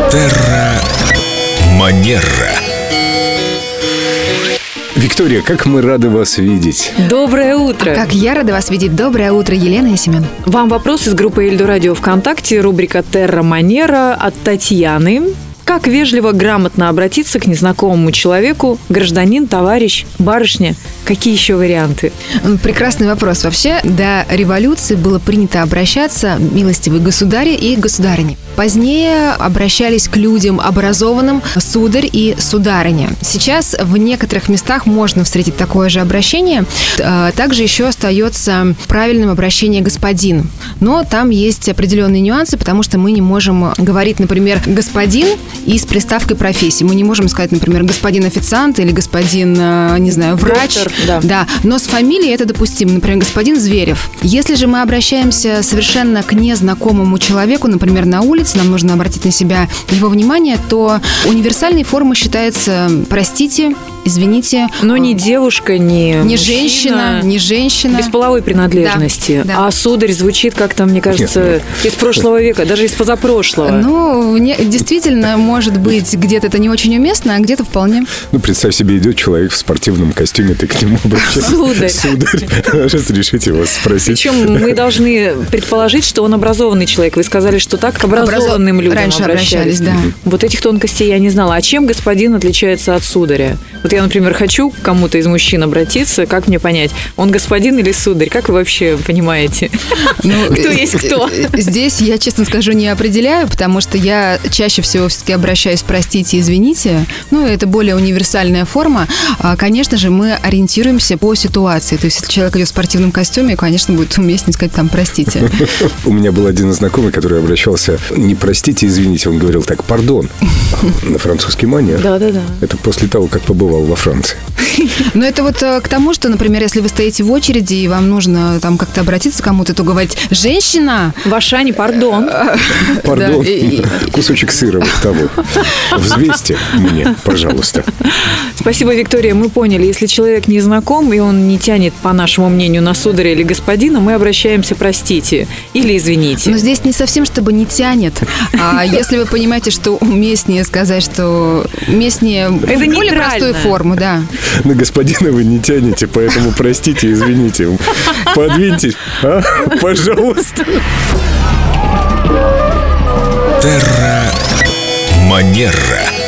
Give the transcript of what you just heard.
Терра Манера. Виктория, как мы рады вас видеть. Доброе утро. Как я рада вас видеть. Доброе утро, Елена и Семен. Вам вопрос из группы Эльдо Радио ВКонтакте, рубрика «Терра Манера» от Татьяны. Как вежливо, грамотно обратиться к незнакомому человеку, гражданин, товарищ, барышня? Какие еще варианты? Прекрасный вопрос. Вообще, до революции было принято обращаться милостивый государь и государыне. Позднее обращались к людям образованным сударь и сударыня. Сейчас в некоторых местах можно встретить такое же обращение. Также еще остается правильным обращение господин. Но там есть определенные нюансы, потому что мы не можем говорить, например, господин и с приставкой профессии. Мы не можем сказать, например, господин официант или господин, не знаю, врач. Доктор, да. Но с фамилией это допустимо. Например, господин Зверев. Если же мы обращаемся совершенно к незнакомому человеку, например, на улице, нам нужно обратить на себя его внимание, то универсальной формой считается «простите», «извините». Но не девушка, не женщина. Без половой принадлежности. Да. А сударь звучит как-то, мне кажется, из прошлого века, даже из позапрошлого. Ну, действительно, может быть, где-то это не очень уместно, а где-то вполне. Ну, представь себе, идет человек в спортивном костюме, ты к нему обращаешься. Сударь. Разрешите вас спросить. Причем мы должны предположить, что он образованный человек. Вы сказали, что так к образованным людям раньше обращались, да. Вот этих тонкостей я не знала. А чем господин отличается от сударя? Вот я, например, хочу к кому-то из мужчин обратиться, как мне понять, он господин или сударь? Как вы вообще понимаете, кто есть кто? Здесь я, честно скажу, не определяю, потому что я чаще всего все-таки обращаюсь «простите», «извините». Ну, это более универсальная форма. Конечно же, мы ориентируемся по ситуации. То есть, если человек идет в спортивном костюме, конечно, будет уместнее сказать там «простите». У меня был один знакомый, который обращался не «простите», «извините», он говорил так «пардон». На французский манер. Да. Это после того, как побывал во Франции. Но это вот к тому, что, например, если вы стоите в очереди, и вам нужно там как-то обратиться к кому-то, то говорить «женщина». В Ашане пардон. Пардон, кусочек сыра вот того. Взвесьте мне, пожалуйста. Спасибо, Виктория, мы поняли. Если человек не знаком, и он не тянет, по нашему мнению, на сударя или господина, мы обращаемся «простите» или «извините». Но здесь не совсем, чтобы не тянет. А если вы понимаете, что уместнее сказать, что уместнее более простую форму, да. На господина вы не тянете, поэтому простите, извините. Подвиньтесь, пожалуйста. Терра Манера.